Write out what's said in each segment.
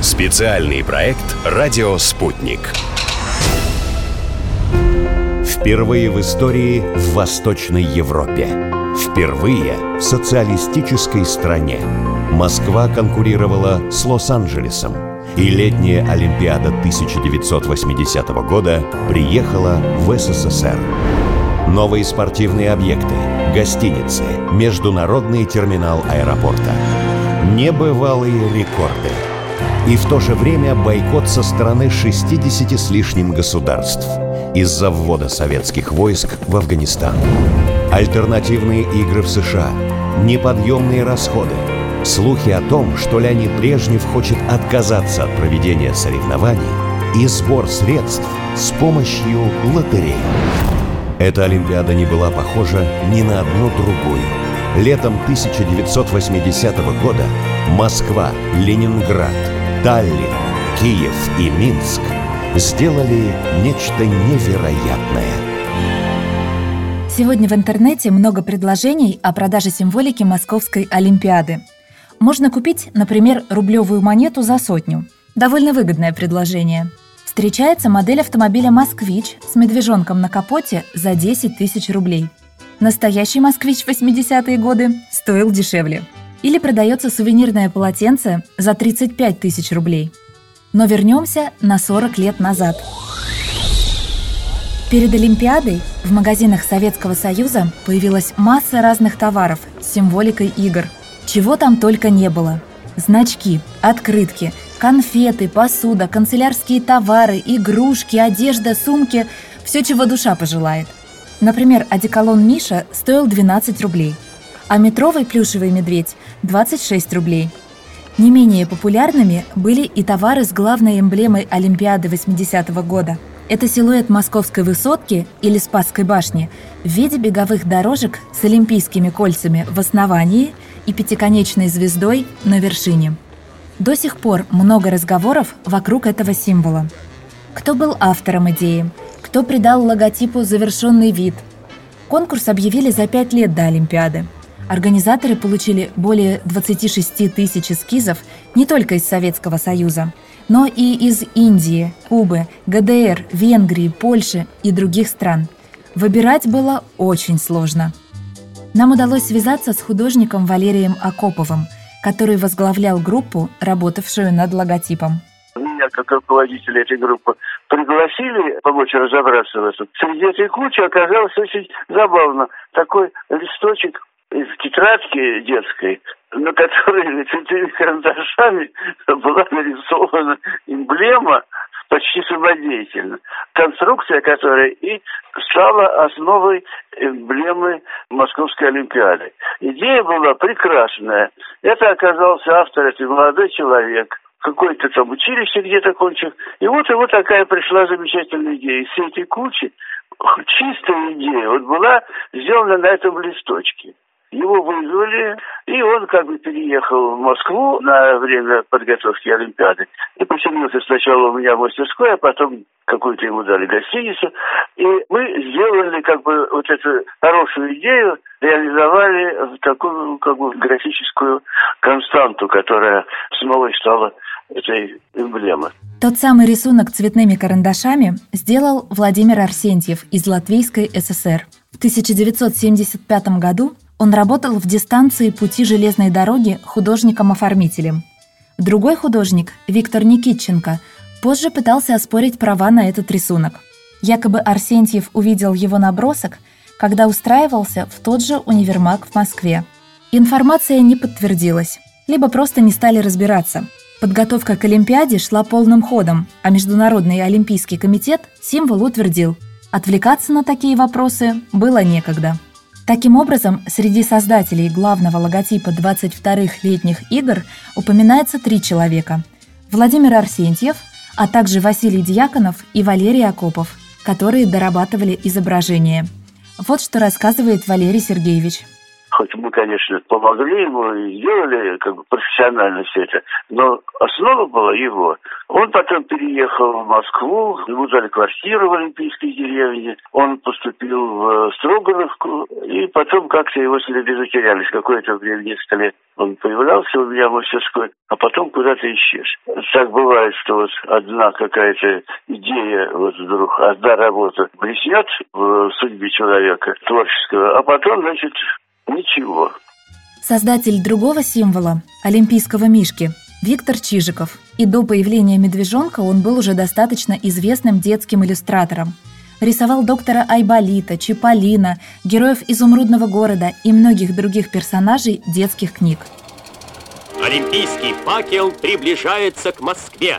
Специальный проект «Радио Спутник». Впервые в истории в Восточной Европе. Впервые в социалистической стране. Москва конкурировала с Лос-Анджелесом. И летняя Олимпиада 1980 года приехала в СССР. Новые спортивные объекты, гостиницы, международный терминал аэропорта. Небывалые рекорды. И в то же время бойкот со стороны 60 с лишним государств из-за ввода советских войск в Афганистан. Альтернативные игры в США, неподъемные расходы, слухи о том, что Леонид Брежнев хочет отказаться от проведения соревнований и сбор средств с помощью лотереи. Эта Олимпиада не была похожа ни на одну другую. Летом 1980 года Москва, Ленинград, Таллин, Киев и Минск сделали нечто невероятное. Сегодня в интернете много предложений о продаже символики Московской Олимпиады. Можно купить, например, рублевую монету за 100. Довольно выгодное предложение. Встречается модель автомобиля «Москвич» с медвежонком на капоте за 10 тысяч рублей. Настоящий «Москвич» в 80-е годы стоил дешевле. Или продается сувенирное полотенце за 35 тысяч рублей. Но вернемся на 40 лет назад. Перед Олимпиадой в магазинах Советского Союза появилась масса разных товаров с символикой игр. Чего там только не было. Значки, открытки, конфеты, посуда, канцелярские товары, игрушки, одежда, сумки – все, чего душа пожелает. Например, одеколон «Миша» стоил 12 рублей, а метровый плюшевый медведь – 26 рублей. Не менее популярными были и товары с главной эмблемой Олимпиады 80-го года. Это силуэт Московской высотки или Спасской башни в виде беговых дорожек с олимпийскими кольцами в основании и пятиконечной звездой на вершине. До сих пор много разговоров вокруг этого символа. Кто был автором идеи? Кто придал логотипу завершенный вид? Конкурс объявили за 5 лет до Олимпиады. Организаторы получили более 26 тысяч эскизов не только из Советского Союза, но и из Индии, Кубы, ГДР, Венгрии, Польши и других стран. Выбирать было очень сложно. Нам удалось связаться с художником Валерием Акоповым, который возглавлял группу, работавшую над логотипом. Меня, как руководителя этой группы, пригласили помочь разобраться в этом. Среди этой кучи оказалось очень забавно. Такой листочек из тетрадки детской, на которой цветными карандашами была нарисована эмблема почти самодеятельно, конструкция которой и стала основой эмблемы Московской Олимпиады. Идея была прекрасная. Это оказался автор, это молодой человек, какое-то там училище где-то кончил. И вот ему такая пришла замечательная идея. Из всей этой кучи чистая идея вот была сделана на этом листочке. Его вызвали, и он как бы переехал в Москву на время подготовки Олимпиады. И поселился сначала у меня в мастерской, а потом какую-то ему дали гостиницу. И мы сделали как бы вот эту хорошую идею, реализовали в такую как бы графическую константу, которая снова стала этой эмблемой. Тот самый рисунок цветными карандашами сделал Владимир Арсентьев из Латвийской ССР. В 1975 году он работал в дистанции пути железной дороги художником-оформителем. Другой художник, Виктор Никитченко, позже пытался оспорить права на этот рисунок. Якобы Арсентьев увидел его набросок, когда устраивался в тот же универмаг в Москве. Информация не подтвердилась, либо просто не стали разбираться. Подготовка к Олимпиаде шла полным ходом, а Международный олимпийский комитет символ утвердил. Отвлекаться на такие вопросы было некогда. Таким образом, среди создателей главного логотипа 22-х летних игр упоминается 3 человека – Владимир Арсентьев, а также Василий Дьяконов и Валерий Акопов, которые дорабатывали изображение. Вот что рассказывает Валерий Сергеевич. Хоть мы, конечно, помогли ему и сделали как бы профессионально все это, но основа была его. Он потом переехал в Москву, ему дали квартиру в Олимпийской деревне, он поступил в Строгановку, и потом как-то его следы затерялись. Какое-то время, несколько лет он появлялся у меня в мастерской, а потом куда-то исчез. Так бывает, что вот одна какая-то идея, вот вдруг одна работа блеснет в судьбе человека творческого, а потом, значит, ничего. Создатель другого символа – олимпийского мишки – Виктор Чижиков. И до появления медвежонка он был уже достаточно известным детским иллюстратором. Рисовал доктора Айболита, Чиполлино, героев «Изумрудного города» и многих других персонажей детских книг. Олимпийский факел приближается к Москве.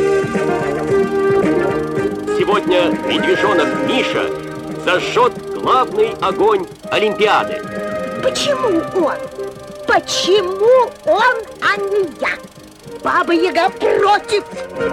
Сегодня медвежонок Миша зажжет главный огонь Олимпиады. Почему он? Почему он, а не я? Баба-Яга против!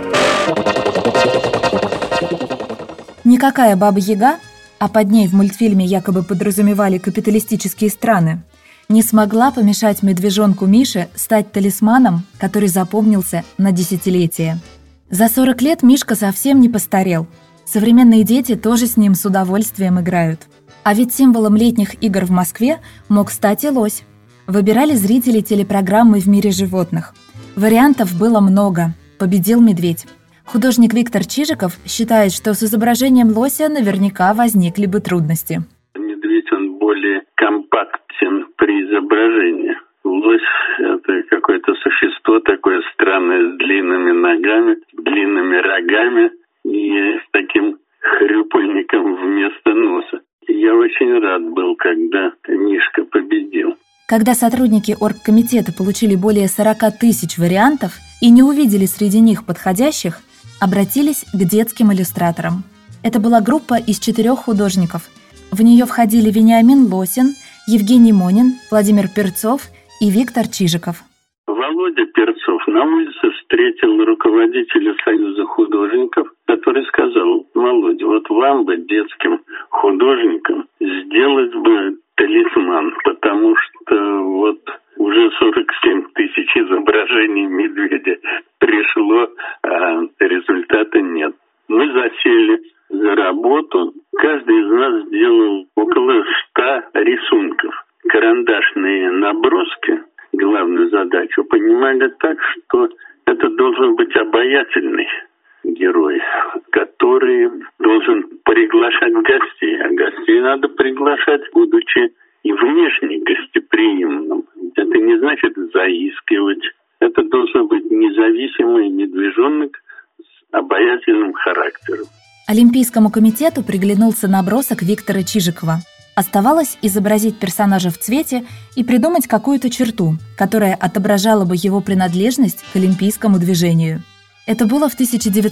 Никакая Баба-Яга, а под ней в мультфильме якобы подразумевали капиталистические страны, не смогла помешать медвежонку Мише стать талисманом, который запомнился на десятилетия. За 40 лет Мишка совсем не постарел. Современные дети тоже с ним с удовольствием играют. А ведь символом летних игр в Москве мог стать и лось. Выбирали зрители телепрограммы «В мире животных». Вариантов было много. Победил медведь. Художник Виктор Чижиков считает, что с изображением лося наверняка возникли бы трудности. Медведь, он более компактен при изображении. Лось – это какое-то существо такое странное, с длинными ногами, длинными рогами и с таким хрюпальником вместо носа. Я очень рад был, когда Мишка победил. Когда сотрудники оргкомитета получили более 40 тысяч вариантов и не увидели среди них подходящих, обратились к детским иллюстраторам. Это была группа из 4 художников. В нее входили Вениамин Лосин, Евгений Монин, Владимир Перцов и Виктор Чижиков. Володя Перцов на улице встретил руководителя Союза художников, который сказал: Володя, вот вам бы, детским художникам, сделать бы талисман, потому что вот уже 47 тысяч изображений медведя пришло, а результата нет. Мы засели за работу. Каждый из нас сделал около 100 рисунков. Карандашные наброски, главную задачу, понимали так, что это должен быть обаятельный герой, который должен приглашать гостей. А гостей надо приглашать, будучи и внешне гостеприимным. Это не значит заискивать. Это должен быть независимый медвежонок с обаятельным характером. Олимпийскому комитету приглянулся набросок Виктора Чижикова. Оставалось изобразить персонажа в цвете и придумать какую-то черту, которая отображала бы его принадлежность к олимпийскому движению. Это было в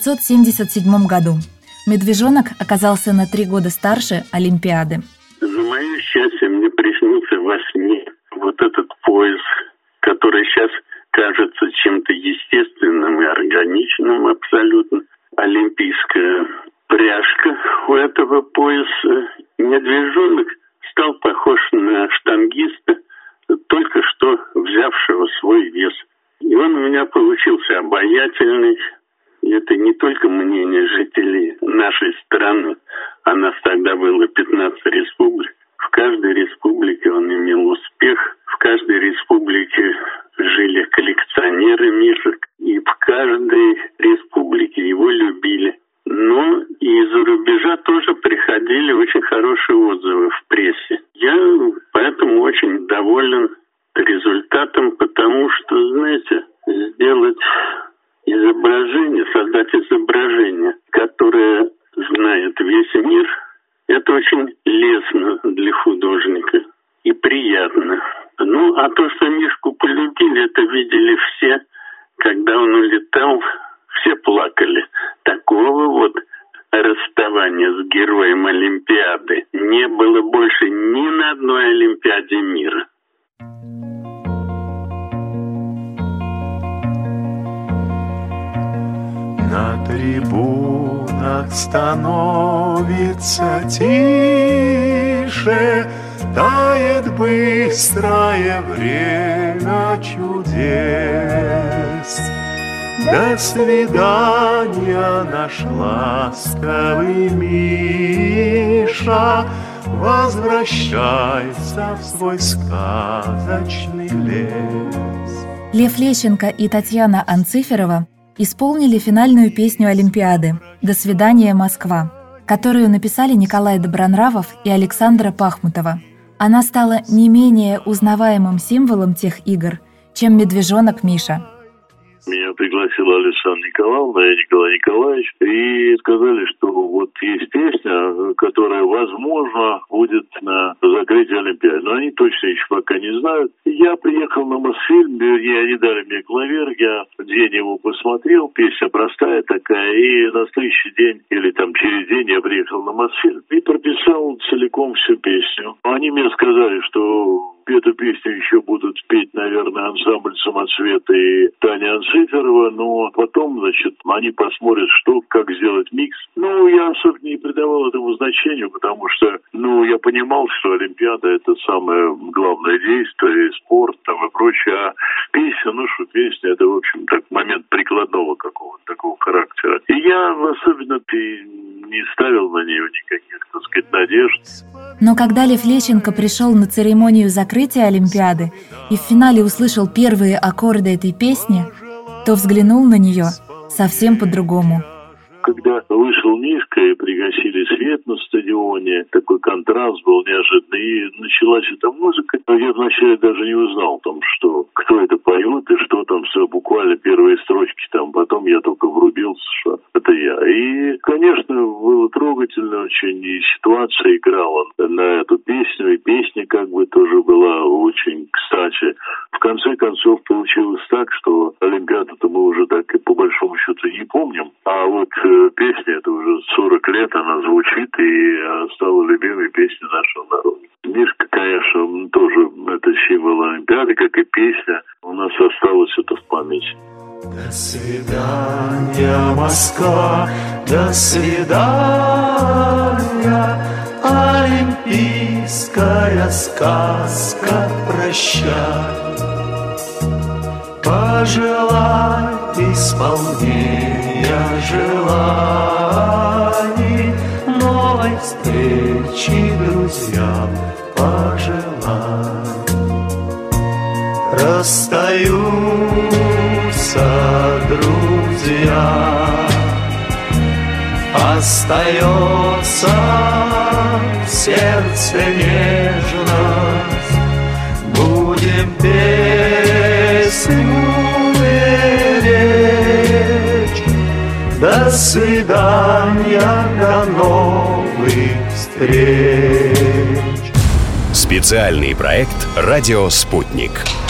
1977 году. Медвежонок оказался на 3 года старше Олимпиады. На мое счастье, мне приснился во сне вот этот пояс, который сейчас кажется чем-то естественным и органичным абсолютно. Олимпийская пряжка у этого пояса. Медвежонок стал похож на штангиста, только что взявшего свой вес. И он у меня получился обаятельный. И это не только мнение жителей нашей страны, а нас тогда было 15 республик. В каждой республике он имел успех, в каждой республике жили коллекционеры мишек, и в каждой республике его любили. Но и из-за рубежа тоже приходили очень хорошие отзывы в прессе. Я поэтому очень доволен результатом, потому что, знаете, сделать изображение, создать изображение, которое знает весь мир, это очень лестно для художника и приятно. Ну, а то, что Мишку полюбили, это видели все. Когда он улетал, все плакали. Такого вот расставания с героем Олимпиады не было больше ни на одной Олимпиаде мира. На трибунах становится тише, тает быстрое время чудес. До свидания, наш ласковый Миша, возвращайся в свой сказочный лес. Лев Лещенко и Татьяна Анциферова исполнили финальную песню Олимпиады «До свидания, Москва», которую написали Николай Добронравов и Александра Пахмутова. Она стала не менее узнаваемым символом тех игр, чем медвежонок Миша. Меня пригласила Александра Николаевна и Николай Николаевич, и сказали, что вот есть песня, которая, возможно, будет на закрытии Олимпиады. Но они точно еще пока не знают. Я приехал на Мосфильм, вернее, они дали мне клавир, я день его посмотрел, песня простая такая, и на следующий день, или там через день я приехал на Мосфильм и прописал целиком всю песню. Они мне сказали, что эту песню еще будут петь, наверное, ансамбль «Самоцвет» и Таня Анциферова, но потом, значит, они посмотрят, что, как сделать микс. Ну, я особенно не придавал этому значению, потому что, я понимал, что Олимпиада – это самое главное действие, и спорт там и прочее, а песня, песня – это, в общем, так момент прикладного какого-то такого характера. И я особенно не ставил на нее никаких, так сказать, надежд. Но когда Лев Лещенко пришел на церемонию закрытия Олимпиады и в финале услышал первые аккорды этой песни, то взглянул на нее совсем по-другому. Когда вышел Мишка и пригасили свет на стадионе, такой контраст был неожиданный, и началась эта музыка. Я вначале даже не узнал, кто это поет и что там, все буквально первые строчки там. Потом я только врубился, что это я. И, конечно, было трогательно очень, и ситуация играла на эту песню, и песня как бы тоже была очень кстати. В конце концов получилось так, что Олимпиаду-то мы уже так и по большому счету не помним, а вот песня, это уже 40 лет, она звучит и стала любимой песней нашего народа. Мишка, конечно, тоже это символ Олимпиады, как и песня. У нас осталось это в памяти. До свидания, Москва, до свидания, олимпийская сказка, прощай. Пожелай исполнения желаний, новой встречи друзьям пожелай. Расстаются друзья, остается в сердце нежность, будем песню беречь. До свидания, до новых встреч. Специальный проект «Радио Спутник».